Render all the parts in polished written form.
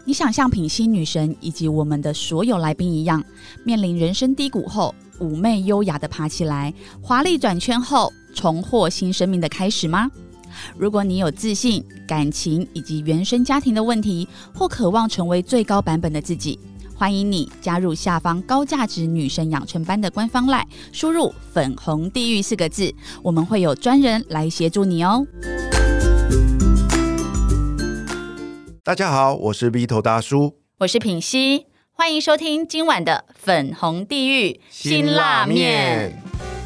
你想像品心女神以及我们的所有来宾一样，面临人生低谷后，妩媚优雅的爬起来，华丽转圈后，重获新生命的开始吗？如果你有自信、感情以及原生家庭的问题，或渴望成为最高版本的自己，欢迎你加入下方高价值女神养成班的官方 LINE， 输入粉红地狱4个字，我们会有专人来协助你哦。 大家好，我是 Vito 大叔， 我是品熙，欢迎收听今晚的粉红地狱辛辣面。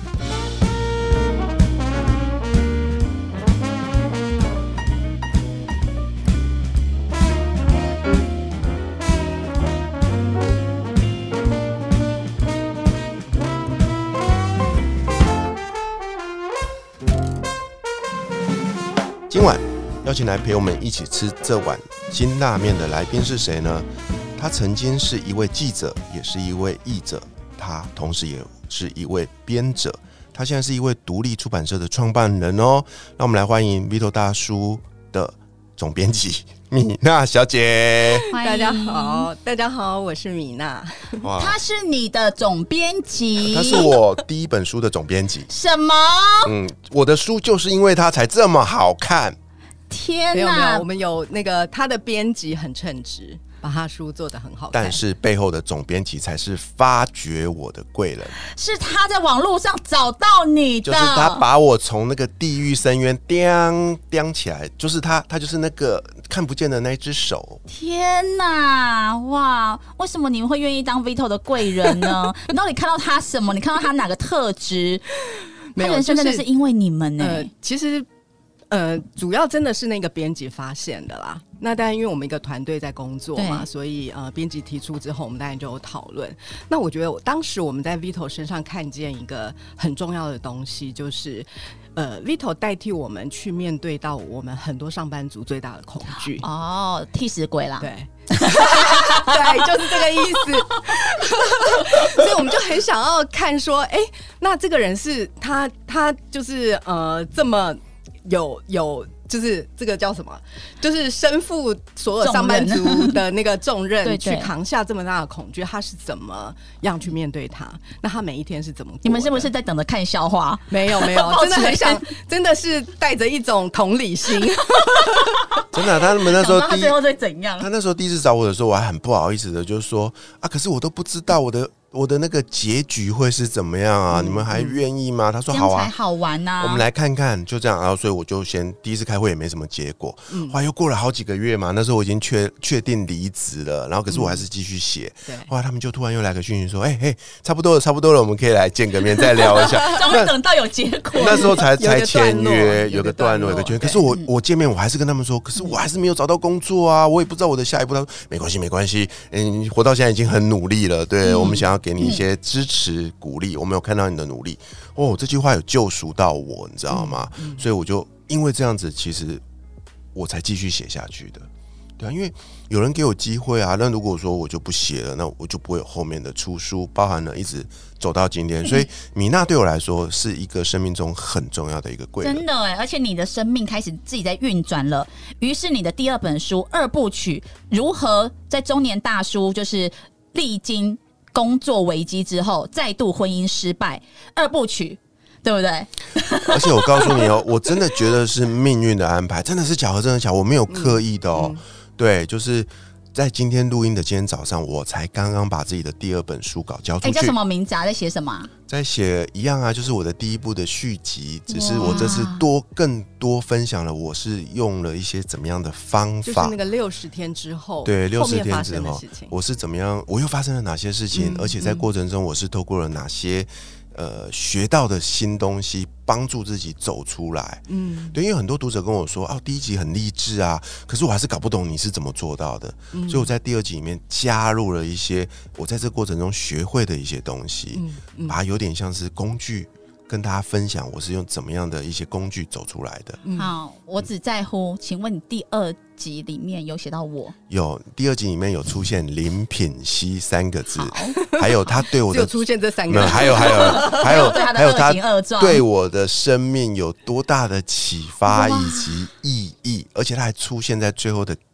今晚邀请来陪我们一起吃这碗辛辣面的来宾是谁呢？他曾经是一位记者，也是一位译者，他同时也是一位编者，他现在是一位独立出版社的创办人哦。那我们来欢迎 Vito 大叔的总编辑米娜小姐。 大家好，大家好，我是米娜。 他是你的总编辑？ 他是我第一本书的总编辑。 什么？ 我的书就是因为他才这么好看。 天哪！ 没有没有，我们有那个他的编辑很称职，把他书做得很好看， 但是背后的总编辑才是发掘我的贵人， 是他在网络上找到你的， 就是他把我从那个地狱深渊叼起来，就是他就是那个看不见的那只手。 天哪，哇！为什么你们会愿意当 Vito 的贵人呢？你到底看到他什么？你看到他哪个特质？他人生真的是因为你们呢、 其实主要真的是那个编辑发现的啦。那当然因为我们一个团队在工作嘛，所以编辑提出之后我们当然就有讨论。那我觉得当时我们在 Vito 身上看见一个很重要的东西，就是Vito 代替我们去面对到我们很多上班族最大的恐惧。 哦，替死鬼啦。 对对，就是这个意思。所以我们就很想要看说，那这个人是他就是这么有就是这个叫什么？就是身负所有上班族的那个重任，去扛下这么大的恐惧，他是怎么样去面对他？那他每一天是怎么过的？ 你们是不是在等着看笑话？ 没有没有，真的很想，真的是带着一种同理心。 真的，他们那时候他最后会怎样？ 他那时候第一次找我的时候，我还很不好意思的，就是说啊，可是我都不知道我的那个结局会是怎么样啊？你们还愿意吗？他说好啊， 这样才好玩啊， 我们来看看，就这样。然后所以我就先第一次开会也没什么结果，后来又过了好几个月嘛，那时候我已经确定离职了，然后可是我还是继续写。后来他们就突然又来个讯息说，差不多了，我们可以来见个面再聊一下。 终于等到有结果， 那时候才签约，有个段落，有个签约。可是我见面我还是跟他们说，可是我还是没有找到工作啊，我也不知道我的下一步。他说没关系，你活到现在已经很努力了，对，我们想要给你一些支持鼓励，我们有看到你的努力。这句话有救赎到我，你知道吗？所以我就因为这样子，其实我才继续写下去的。对啊，因为有人给我机会啊，那如果说我就不写了，那我就不会有后面的出书，包含了一直走到今天。所以米娜对我来说是一个生命中很重要的一个贵人， 真的而且你的生命开始自己在运转了，于是你的第二本书2部曲如何在中年大叔就是历经工作危机之后再度婚姻失败2部曲，对不对？ 而且我告诉你我真的觉得是命运的安排，真的是巧合，真的巧合，我没有刻意的对，就是在今天录音的今天早上，我才刚刚把自己的第2本书稿交出去。 叫什么名字啊？在写什么？ 在写一样啊，就是我的第1部的续集，只是我这次更多分享了，我是用了一些怎么样的方法， 就是那个60天之后， 对，60天之后， 我是怎么样，我又发生了哪些事情，而且在过程中我是透过了哪些学到的新东西，帮助自己走出来。对，因为很多读者跟我说第1集很励志啊，可是我还是搞不懂你是怎么做到的，所以我在第2集里面加入了一些我在这个过程中学会的一些东西，把它有点像是工具跟大家分享，我是用怎么样的一些工具走出来的。 好，我只在乎，请问你第2集里面有写到我？ 有，第2集里面有出现林品熙3个字，还有他对我的只有出现这3个字， 还有他对我的生命有多大的启发以及意义，而且他还出现在最后的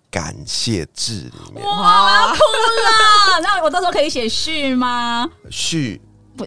感谢字里面。 哇，哭了！那我到时候可以写序吗？ 序不，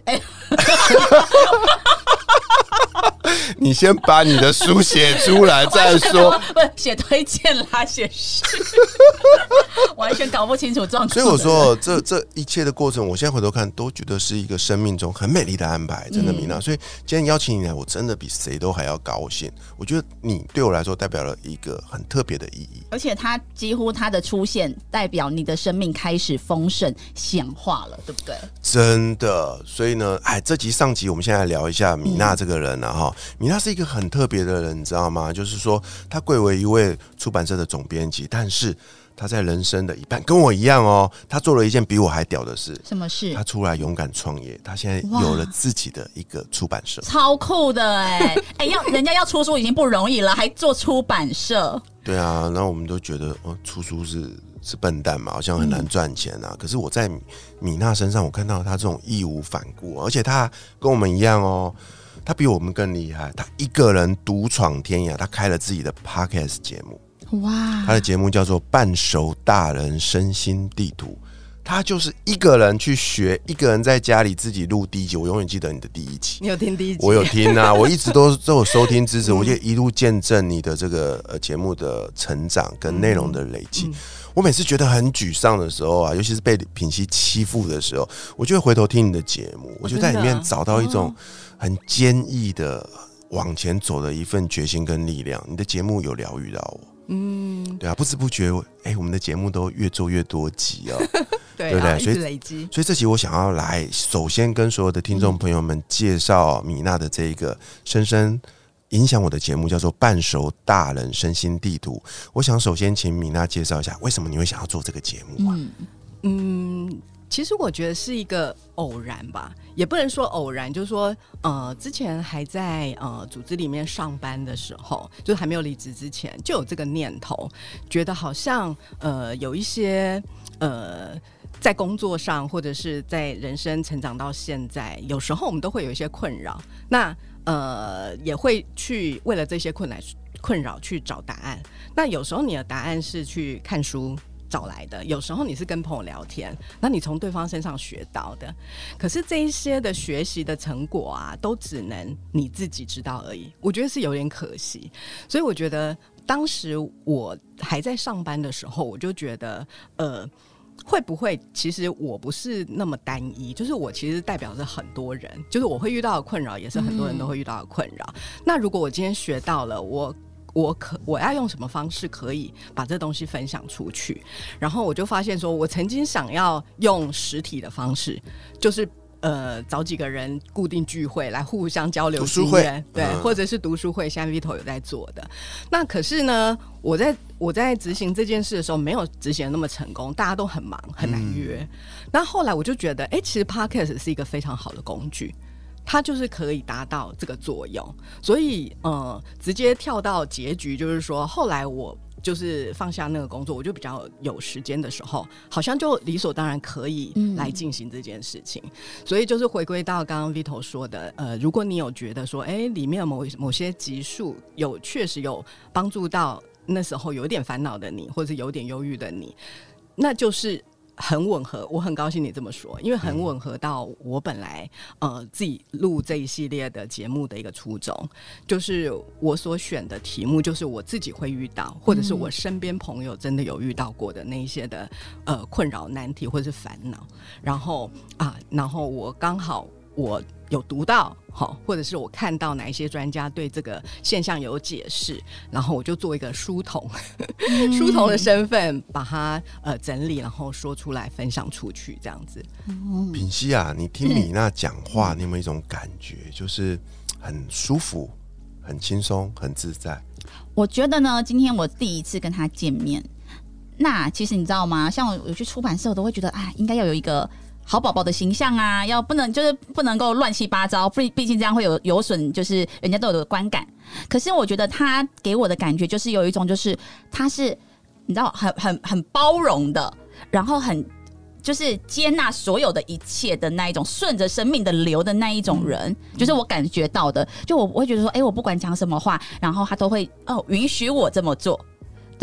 你先把你的书写出来再说。 不是写推荐啦，写序，完全搞不清楚状况。 所以我说，这一切的过程，我现在回头看，都觉得是一个生命中很美丽的安排，真的，米娜。所以今天邀请你来，我真的比谁都还要高兴。我觉得你对我来说代表了一个很特别的意义， 而且他几乎他的出现，代表你的生命开始丰盛显化了，对不对？ 真的。所以呢，这集上集我们现在来聊一下米娜这个人啊，哈。米娜是一个很特别的人，你知道吗？就是说，她贵为一位出版社的总编辑，但是她在人生的一半，跟我一样哦，她做了一件比我还屌的事。 什么事？ 她出来勇敢创业，她现在有了自己的一个出版社， 超酷的哎！人家要出书已经不容易了，还做出版社。 对啊，然后我们都觉得出书是笨蛋嘛，好像很难赚钱啊。可是我在米娜身上，我看到她这种义无反顾，而且她跟我们一样哦。他比我们更厉害，他一个人独闯天涯，他开了自己的 podcast 节目。哇！他的节目叫做《半熟大人身心地图》，他就是一个人去学，一个人在家里自己录第一集。我永远记得你的第一集， 你有听第一集？ 我有听啊，我一直都有收听支持，我就一路见证你的这个节目的成长跟内容的累积。我每次觉得很沮丧的时候啊，尤其是被品熙欺负的时候，我就会回头听你的节目，我就在里面找到一种很坚毅的往前走的一份决心跟力量。你的节目有疗愈到我，对啊，不知不觉，我们的节目都越做越多集哦， 对不对？一直累积。 所以这集我想要来，首先跟所有的听众朋友们介绍米娜的这个深深影响我的节目，叫做《半熟大人身心地图》。我想首先请米娜介绍一下，为什么你会想要做这个节目啊？ 其实我觉得是一个偶然吧，也不能说偶然，就是说，之前还在组织里面上班的时候，就是还没有离职之前，就有这个念头，觉得好像有一些在工作上或者是在人生成长到现在，有时候我们都会有一些困扰，那也会去为了这些困扰去找答案。那有时候你的答案是去看书找来的，有时候你是跟朋友聊天，那你从对方身上学到的。可是这一些的学习的成果啊，都只能你自己知道而已，我觉得是有点可惜。所以我觉得当时我还在上班的时候，我就觉得会不会其实我不是那么单一，就是我其实代表着很多人，就是我会遇到的困扰也是很多人都会遇到的困扰。那如果我今天学到了，我要用什么方式可以把这东西分享出去？然后我就发现说，我曾经想要用实体的方式，就是找几个人固定聚会来互相交流经验，对，或者是读书会，现在 Vito 有在做的。那可是呢，我在执行这件事的时候，没有执行的那么成功，大家都很忙，很难约。那后来我就觉得，其实 Podcast 是一个非常好的工具。它就是可以达到这个作用，所以直接跳到结局，就是说后来我就是放下那个工作，我就比较有时间的时候，好像就理所当然可以来进行这件事情。所以就是回归到刚刚 Vito 说的，如果你有觉得说，里面某些集数确实有帮助到那时候有点烦恼的你，或者是有点忧郁的你，那就是很吻合，我很高兴你这么说，因为很吻合到我本来自己录这一系列的节目的一个初衷，就是我所选的题目就是我自己会遇到，或者是我身边朋友真的有遇到过的那一些的困扰难题或者是烦恼，然后我刚好我有读到或者是我看到哪一些专家对这个现象有解释，然后我就做一个书童书童的身份把它整理，然后说出来分享出去这样子。 品熙啊，你听米娜讲话，你有没有一种感觉，就是很舒服、很轻松、很自在？ 我觉得呢，今天我第一次跟他见面，那其实你知道吗？像我去出版社，我都会觉得应该要有一个好宝宝的形象啊，不能够乱七八糟，毕竟这样会有损，就是人家都有的观感。可是我觉得他给我的感觉就是有一种，就是他是你知道很包容的，然后很就是接纳所有的一切的那一种，顺着生命的流的那一种人，就是我感觉到的。就我会觉得说，我不管讲什么话，然后他都会允许我这么做。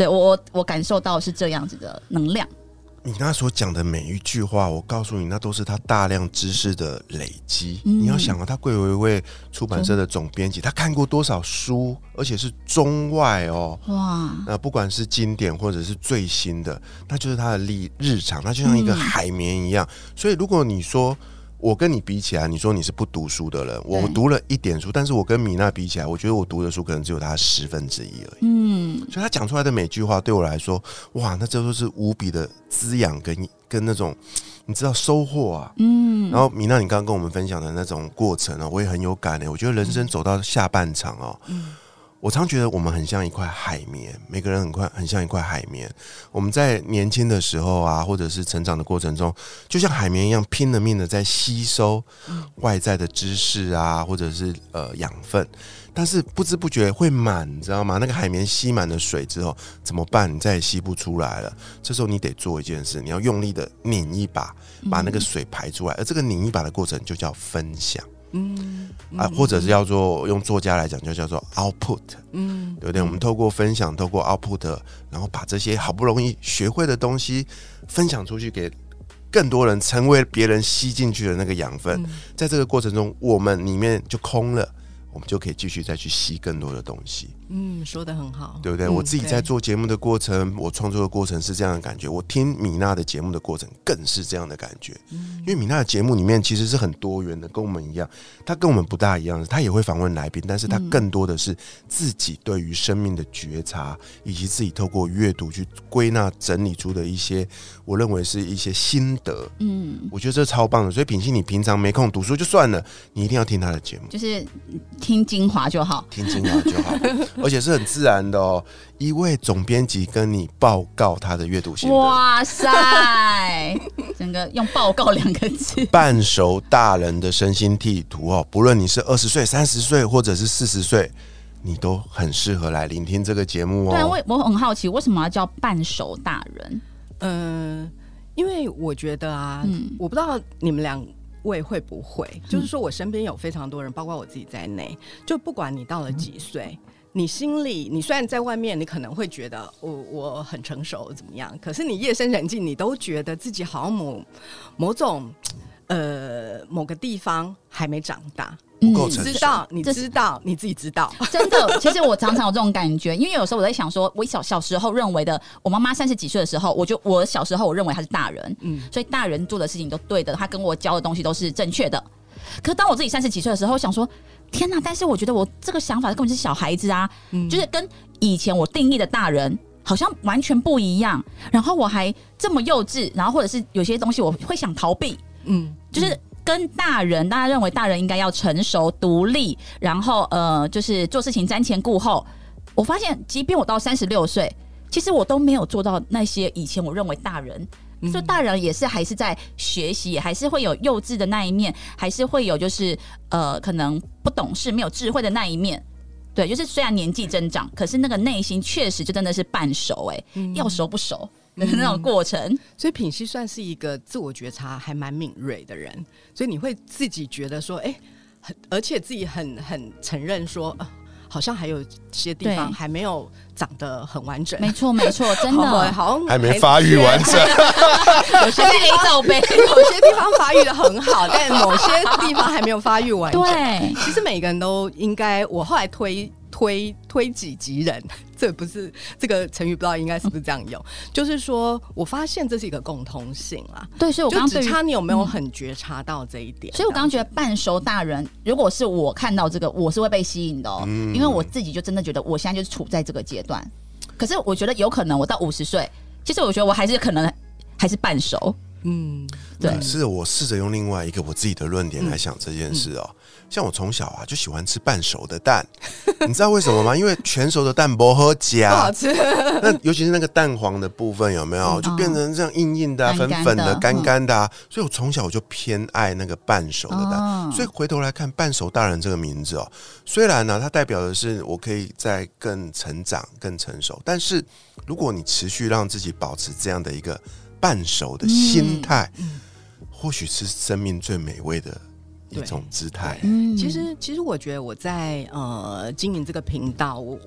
对我感受到是这样子的能量。 你那所讲的每一句话，我告诉你，那都是他大量知识的累积。你要想啊，他贵为一位出版社的总编辑，他看过多少书，而且是中外哦。哇！不管是经典或者是最新的，那就是他的日常，他就像一个海绵一样。所以，如果你说我跟你比起来，你说你是不读书的人，我读了一点书，但是我跟米娜比起来，我觉得我读的书可能只有他1/10而已。所以他讲出来的每句话对我来说，哇，那这都是无比的滋养跟那种你知道收获啊。然后米娜你刚刚跟我们分享的那种过程啊，我也很有感我觉得人生走到下半场哦。我常觉得我们很像一块海绵，每个人很像一块海绵。我们在年轻的时候啊，或者是成长的过程中，就像海绵一样拼了命的在吸收外在的知识啊，或者是养分。但是不知不觉会满，你知道吗？那个海绵吸满了水之后怎么办？你再也吸不出来了。这时候你得做一件事，你要用力的拧一把，把那个水排出来。而这个拧一把的过程就叫分享。或者是要做用作家来讲就叫做 output， 对不对？我们透过分享，透过 output， 然后把这些好不容易学会的东西分享出去给更多人，成为别人吸进去的那个养分。在这个过程中，我们里面就空了，我们就可以继续再去吸更多的东西。 说得很好， 对不对？我自己在做节目的过程，我创作的过程是这样的感觉，我听米娜的节目的过程更是这样的感觉。因为米娜的节目里面其实是很多元的，跟我们一样，她跟我们不大一样，她也会访问来宾，但是她更多的是自己对于生命的觉察，以及自己透过阅读去归纳整理出的一些我认为是一些心得。我觉得这超棒的。所以品心，你平常没空读书就算了，你一定要听她的节目， 就是听精华就好， 听精华就好。而且是很自然的哦，一位总编辑跟你报告他的阅读心得。 哇塞，整个用报告2个字。 半熟大人的身心地图哦，不论你是20岁、30岁或者是40岁，你都很适合来聆听这个节目哦。 对，我很好奇，为什么要叫半熟大人？ 因为我觉得啊，我不知道你们2位会不会，就是说我身边有非常多人，包括我自己在内，就不管你到了几岁。你心里，你虽然在外面，你可能会觉得我很成熟怎么样，可是你夜深人静，你都觉得自己好像某种某个地方还没长大。 不够成熟， 你知道，你自己知道， 真的。其实我常常有这种感觉，因为有时候我在想说，我小时候认为的，我妈妈30几岁的时候，我小时候我认为她是大人，所以大人做的事情都对的，她跟我教的东西都是正确的。可是当我自己30几岁的时候，我想说，天哪！但是我觉得我这个想法根本是小孩子啊，就是跟以前我定义的大人好像完全不一样。然后我还这么幼稚，然后或者是有些东西我会想逃避，就是跟大人，大家认为大人应该要成熟独立，然后就是做事情瞻前顾后。我发现，即便我到36岁，其实我都没有做到那些以前我认为大人。所以大人也是还是在学习，还是会有幼稚的那一面，还是会有就是可能不懂事、没有智慧的那一面。对，就是虽然年纪增长，可是那个内心确实就真的是半熟，要熟不熟的那种过程。 所以品熙算是一个自我觉察还蛮敏锐的人，所以你会自己觉得说，而且自己很承认说。好像还有些地方还没有长得很完整。 没错没错，真的好像还没发育完整。 有些地方发育的很好，但某些地方还没有发育完整。 对， 其实每个人都应该，我后来推己及人，这不是这个成语，不知道应该是不是这样用。就是说我发现这是一个共通性啦。 对，所以我刚就只差你有没有很觉察到这一点。 所以我刚刚觉得半熟大人，如果是我看到这个，我是会被吸引的哦，因为我自己就真的觉得我现在就是处在这个阶段。可是我觉得有可能我到50岁，其实我觉得我还是可能还是半熟。 对，是我试着用另外一个我自己的论点来想这件事哦。像我从小啊就喜欢吃半熟的蛋，你知道为什么吗？因为全熟的蛋不好吃， 不好吃。 那尤其是那个蛋黄的部分有没有，就变成这样硬硬的、粉粉的、干干的。所以我从小我就偏爱那个半熟的蛋。所以回头来看，半熟大人这个名字哦，虽然呢它代表的是我可以再更成长、更成熟，但是如果你持续让自己保持这样的一个半熟的心态，或许是生命最美味的一种姿态。 其实我觉得我在经营这个频道，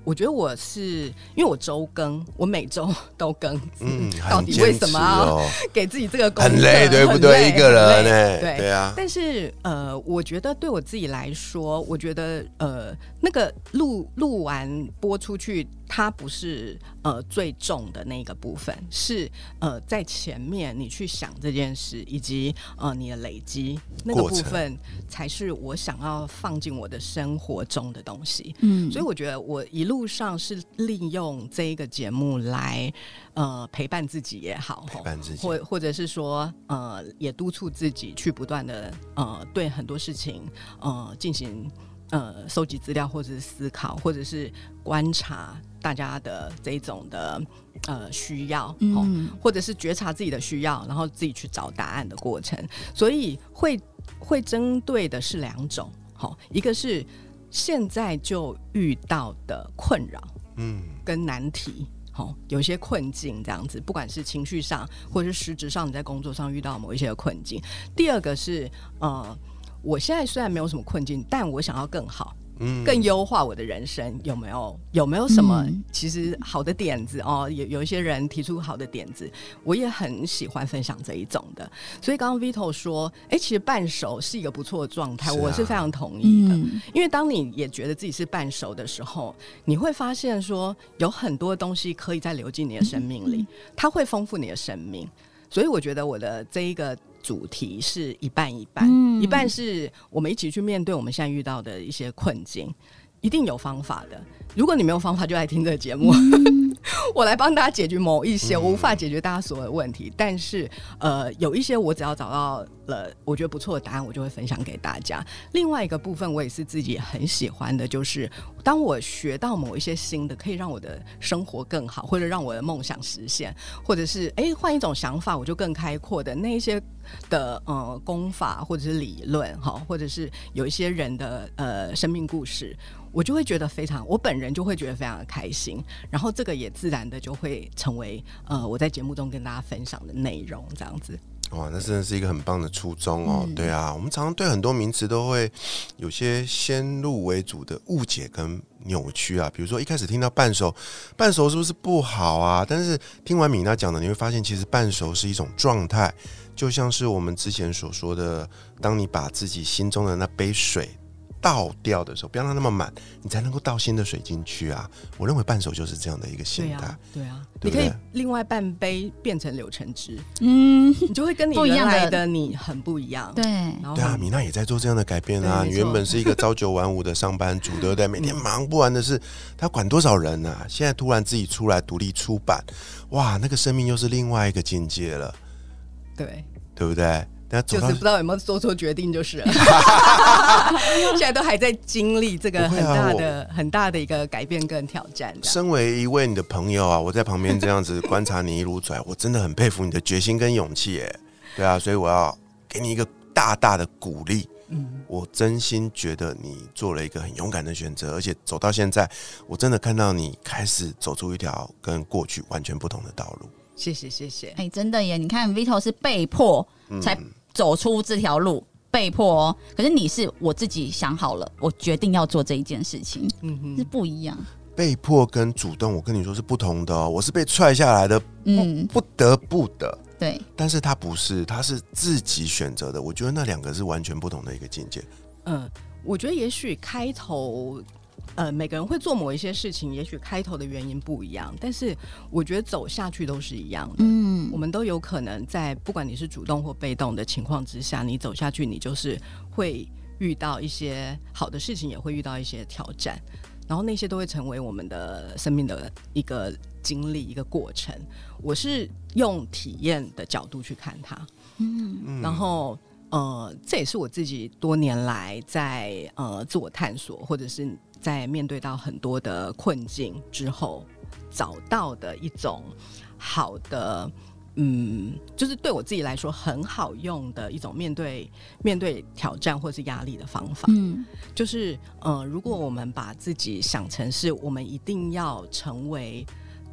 我觉得我是因为我周更，我每周都更，到底为什么要给自己这个工作很累，对不对？一个人呢， 对啊。 但是我觉得对我自己来说，我觉得那个录完播出去，它不是最重的那个部分，是在前面你去想这件事，以及你的累积那个部分，才是我想要放进我的生活中的东西。所以我觉得我一路上是利用这一个节目来陪伴自己也好， 陪伴自己， 或者是说也督促自己去不断的对很多事情进行收集资料，或者是思考，或者是观察大家的这种的需要，或者是觉察自己的需要，然后自己去找答案的过程。所以会针对的是两种，一个是现在就遇到的困扰，跟难题。有一些困境这样子，不管是情绪上或者是实质上你在工作上遇到某一些困境。第二个是我现在虽然没有什么困境，但我想要更好，更优化我的人生。有没有什么其实好的点子有一些人提出好的点子，我也很喜欢分享这一种的。所以刚刚 Vito 说其实半熟是一个不错的状态，我是非常同意的。因为当你也觉得自己是半熟的时候，你会发现说有很多东西可以再流进你的生命里，它会丰富你的生命。所以我觉得我的这一个主题是一半一半，一半是我们一起去面对我们现在遇到的一些困境，一定有方法的。如果你没有方法，就来听这个节目，我来帮大家解决某一些我无法解决大家所有的问题，但是有一些我只要找到了我觉得不错的答案，我就会分享给大家。另外一个部分我也是自己很喜欢的，就是当我学到某一些新的可以让我的生活更好，或者让我的梦想实现，或者是换一种想法我就更开阔的那一些的功法或者是理论，或者是有一些人的生命故事，我就会觉得我本人就会觉得非常的开心，然后这个也自然的就会成为我在节目中跟大家分享的内容，这样子。 哇，那真的是一个很棒的初衷对啊，我们常常对很多名词都会有些先入为主的误解跟扭曲啊。比如说一开始听到半熟是不是不好啊？但是听完米娜讲的，你会发现其实半熟是一种状态，就像是我们之前所说的，当你把自己心中的那杯水倒掉的时候，不要让它那么满，你才能够倒新的水进去啊。我认为半熟就是这样的一个心态。 对啊， 对， 你可以另外半杯变成柳橙汁，你就会跟你原来的你很不一样。 对啊，米娜也在做这样的改变啊。你原本是一个朝9晚5的上班族，对不对？每天忙不完的事，他管多少人啊？现在突然自己出来独立出版，哇，那个生命又是另外一个境界了。对不对？ 就是不知道有没有做错决定就是了现在都还在经历这个很大的一个改变跟挑战。 身为一位你的朋友啊，我在旁边这样子观察你一路走来，我真的很佩服你的决心跟勇气耶。对啊，所以我要给你一个大大的鼓励。我真心觉得你做了一个很勇敢的选择，而且走到现在，我真的看到你开始走出一条跟过去完全不同的道路。 谢谢。 真的耶！你看 Vito 是被迫才走出这条路，被迫可是你是我自己想好了，我决定要做这一件事情，是不一样。 被迫跟主动，我跟你说是不同的我是被踹下来的，不得不的。 对， 但是他不是，他是自己选择的。我觉得那两个是完全不同的一个境界。 我觉得也许开头。每个人会做某一些事情，也许开头的原因不一样，但是我觉得走下去都是一样的。我们都有可能在不管你是主动或被动的情况之下，你走下去，你就是会遇到一些好的事情，也会遇到一些挑战，然后那些都会成为我们的生命的一个经历，一个过程。我是用体验的角度去看它，然后这也是我自己多年来在自我探索，或者是在面对到很多的困境之后找到的一种好的就是对我自己来说很好用的一种面对挑战或是压力的方法。就是如果我们把自己想成是我们一定要成为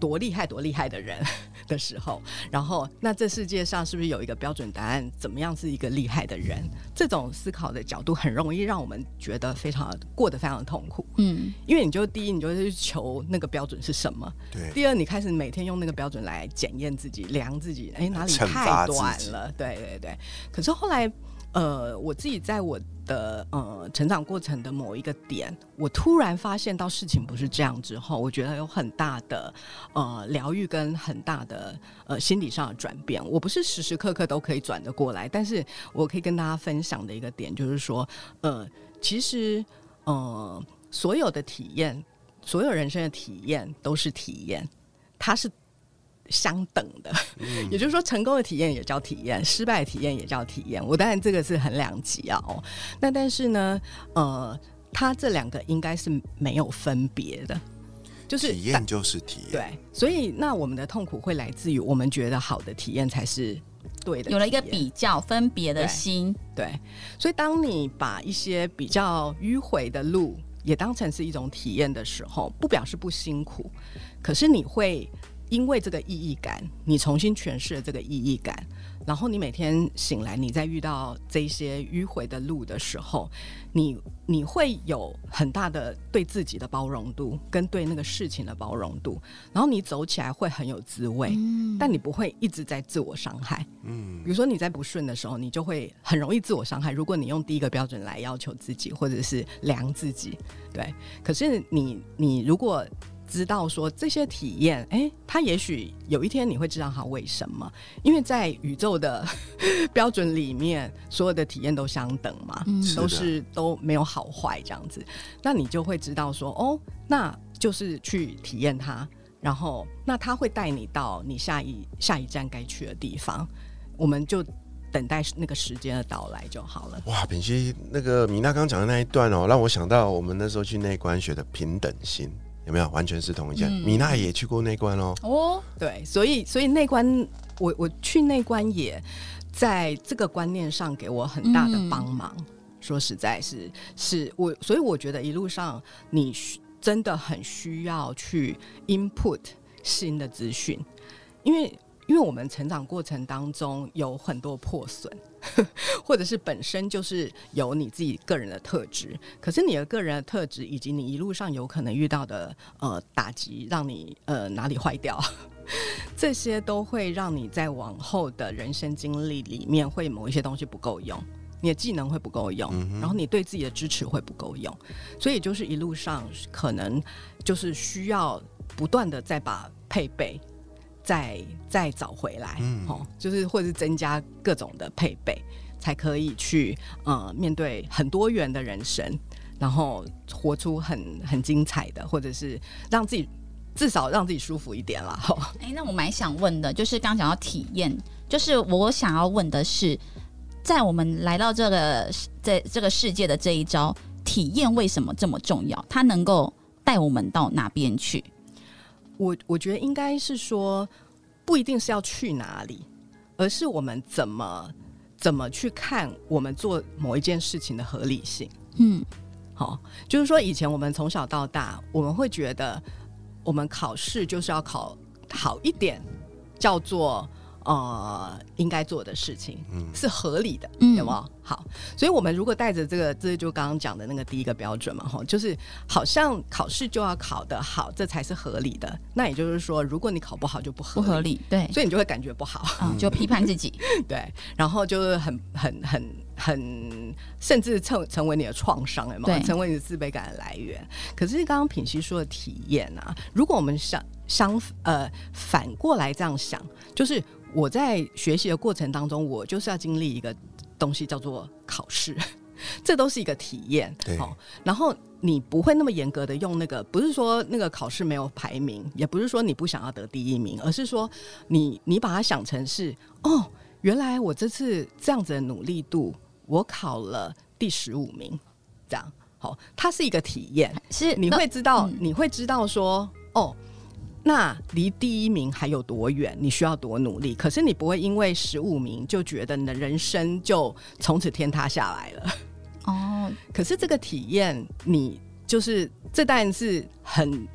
多厉害多厉害的人的时候，然后那这世界上是不是有一个标准答案，怎么样是一个厉害的人？这种思考的角度很容易让我们觉得过得非常的痛苦。因为第一你就去求那个标准是什么， 对。 第二你开始每天用那个标准来检验自己、量自己，哪里太短了，对对对。可是后来我自己在我的成长过程的某一个点，我突然发现到事情不是这样之后，我觉得有很大的疗愈跟很大的心理上的转变。我不是时时刻刻都可以转得过来，但是我可以跟大家分享的一个点就是说，其实所有的体验，所有人生的体验都是体验，它是相等的，也就是说成功的体验也叫体验，失败的体验也叫体验。我当然这个是很两极啊，那但是呢它这两个应该是没有分别的，就是体验就是体验。 对，所以那我们的痛苦会来自于我们觉得好的体验才是对的， 有了一个比较分别的心。 对，所以当你把一些比较迂回的路也当成是一种体验的时候，不表示不辛苦，可是你会因为这个意义感，你重新诠释了这个意义感，然后你每天醒来，你在遇到这些迂回的路的时候，你会有很大的对自己的包容度跟对那个事情的包容度，然后你走起来会很有滋味，但你不会一直在自我伤害。比如说你在不顺的时候，你就会很容易自我伤害，如果你用第一个标准来要求自己或者是量自己。对，可是你如果知道说这些体验，它也许有一天你会知道它为什么，因为在宇宙的标准里面，所有的体验都相等嘛，都没有好坏这样子，那你就会知道说，那就是去体验它，然后那它会带你到你下一站该去的地方，我们就等待那个时间的到来就好了。 哇，品熙那个米娜刚讲的那一段让我想到我们那时候去内观学的平等心。有没有完全是同一家？米娜也去过内观对，所以内观，我去内观也在这个观念上给我很大的帮忙。说实在是所以我觉得一路上你真的很需要去 input 新的资讯，因为我们成长过程当中有很多破损，或者是本身就是有你自己个人的特质，可是你的个人的特质以及你一路上有可能遇到的打击，让你哪里坏掉，这些都会让你在往后的人生经历里面会某一些东西不够用，你的技能会不够用，然后你对自己的支持会不够用，所以就是一路上可能就是需要不断的再把配备再找回来，就是或者是增加各种的配备，才可以去面对很多元的人生，然后活出很精彩的，或者是让自己至少让自己舒服一点啦。 那我蛮想问的，就是刚讲到体验，就是我想要问的是，在我们来到这个世界的这一招，体验为什么这么重要？它能够带我们到哪边去？ 我觉得应该是说，不一定是要去哪里，而是我们怎么去看我们做某一件事情的合理性。就是说以前我们从小到大，我们会觉得我们考试就是要考好一点，叫做应该做的事情，是合理的，有没有？好，所以我们如果带着这就刚刚讲的那个第一个标准嘛，就是好像考试就要考得好，这才是合理的。那也就是说，如果你考不好就不合理， 对， 所以你就会感觉不好， 就批判自己， 对，然后就是很甚至成为你的创伤，有没有？成为你的自卑感的来源。可是刚刚品熙说的体验啊，如果我们反过来这样想，就是我在学习的过程当中，我就是要经历一个东西叫做考试，这都是一个体验。然后你不会那么严格的用那个，不是说那个考试没有排名，也不是说你不想要得第一名，而是说你把它想成是原来我这次这样子的努力度，我考了第15名，这样它是一个体验，是你会知道说那离第一名还有多远，你需要多努力，可是你不会因为15名就觉得你的人生就从此天塌下来了。可是这个体验你就是这当然是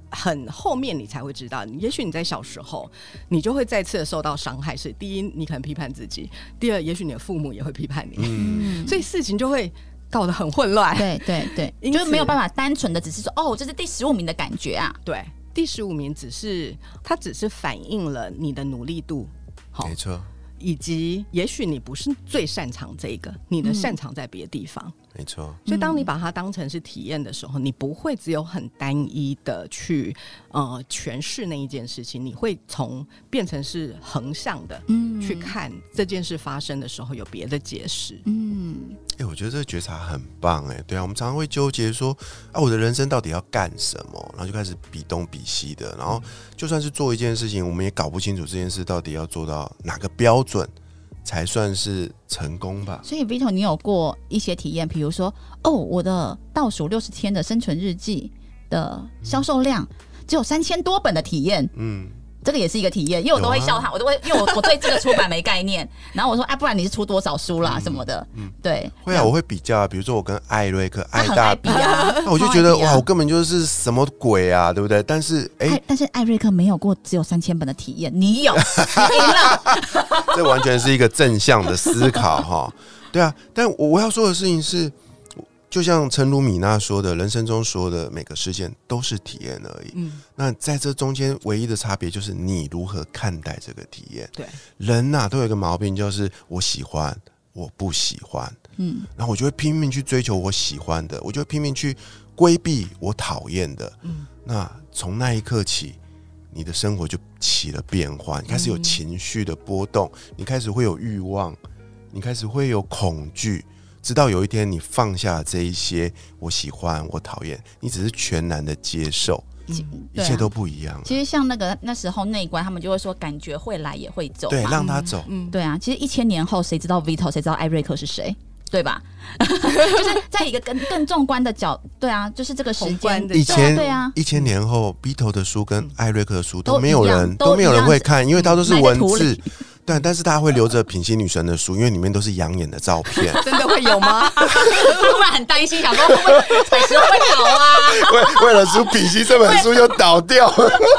很后面你才会知道，也许你在小时候你就会再次的受到伤害，是第一你可能批判自己，第二也许你的父母也会批判你，所以事情就会搞得很混乱。 对对对，就是没有办法单纯的只是说哦这是第15名的感觉啊。 对，第15名它只是反映了你的努力度， 没错， 以及也许你不是最擅长这个，你的擅长在别的地方。 没错， 所以当你把它当成是体验的时候，你不会只有很单一的去诠释那一件事情，你会变成是横向的去看这件事发生的时候有别的解释。 我觉得这个觉察很棒对啊，我们常常会纠结说我的人生到底要干什么，然后就开始比东比西的，然后就算是做一件事情，我们也搞不清楚这件事到底要做到哪个标准才算是成功吧。 所以 Vito 你有过一些体验，比如说我的倒数60天的生存日记的销售量只有3000多本的体验，这个也是一个体验，因为我都会笑他，我都会因为我对这个出版没概念，然后我说不然你是出多少书啦什么的，对， 会啊，我会比较比如说我跟艾瑞克、艾大比那我就觉得哇，我根本就是什么鬼啊，对不对？但是艾瑞克没有过只有3000本的体验，你有，你赢了， 这完全是一个正向的思考哈，对啊。但我要说的事情是，就像诚如米娜说的，人生中所有的每个事件都是体验而已。那在这中间唯一的差别就是你如何看待这个体验。 对， 人都有一个毛病，就是我喜欢，我不喜欢。然后我就会拼命去追求我喜欢的，我就会拼命去规避我讨厌的。那从那一刻起，你的生活就起了变化，你开始有情绪的波动，你开始会有欲望，你开始会有恐惧。直到有一天你放下这一些我喜欢我讨厌，你只是全然的接受，一切都不一样。 其实像那时候内观他们就会说感觉会来也会走， 对，让他走。 对啊，其实1000年后谁知道 Vito 谁知道艾瑞克是谁，对吧？就是在一个更纵观的角，对啊，就是这个时间以前对啊 ，1000年后 Vito 的书跟艾瑞克的书都没有人会看，因为它都是文字。对，但是大家会留着品心女神的书，因为里面都是养眼的照片。 真的会有吗？ 突然很担心，想说会不会彩石会倒啊？ 为了出品心这本书就倒掉。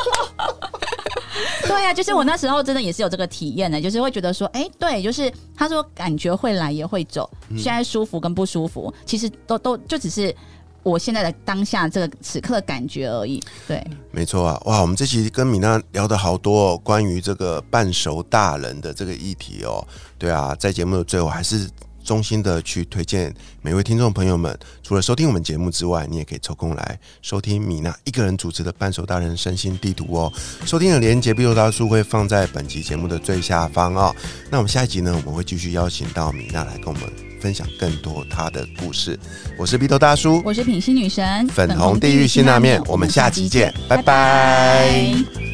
对啊，就是我那时候真的也是有这个体验的，就是会觉得说，对，就是他说感觉会来也会走，现在舒服跟不舒服，其实都就只是我现在的当下这个此刻的感觉而已。对， 没错啊，哇，我们这期跟米娜聊的好多关于这个半熟大人的这个议题对啊，在节目的最后还是衷心的去推荐每位听众朋友们，除了收听我们节目之外，你也可以抽空来收听米娜一个人主持的半熟大人身心地图收听的连结Vito大叔会放在本集节目的最下方那我们下一集呢，我们会继续邀请到米娜来跟我们分享更多她的故事。我是Vito大叔， 我是品心女神， 粉红地狱辛辣面，我们下集见，拜拜。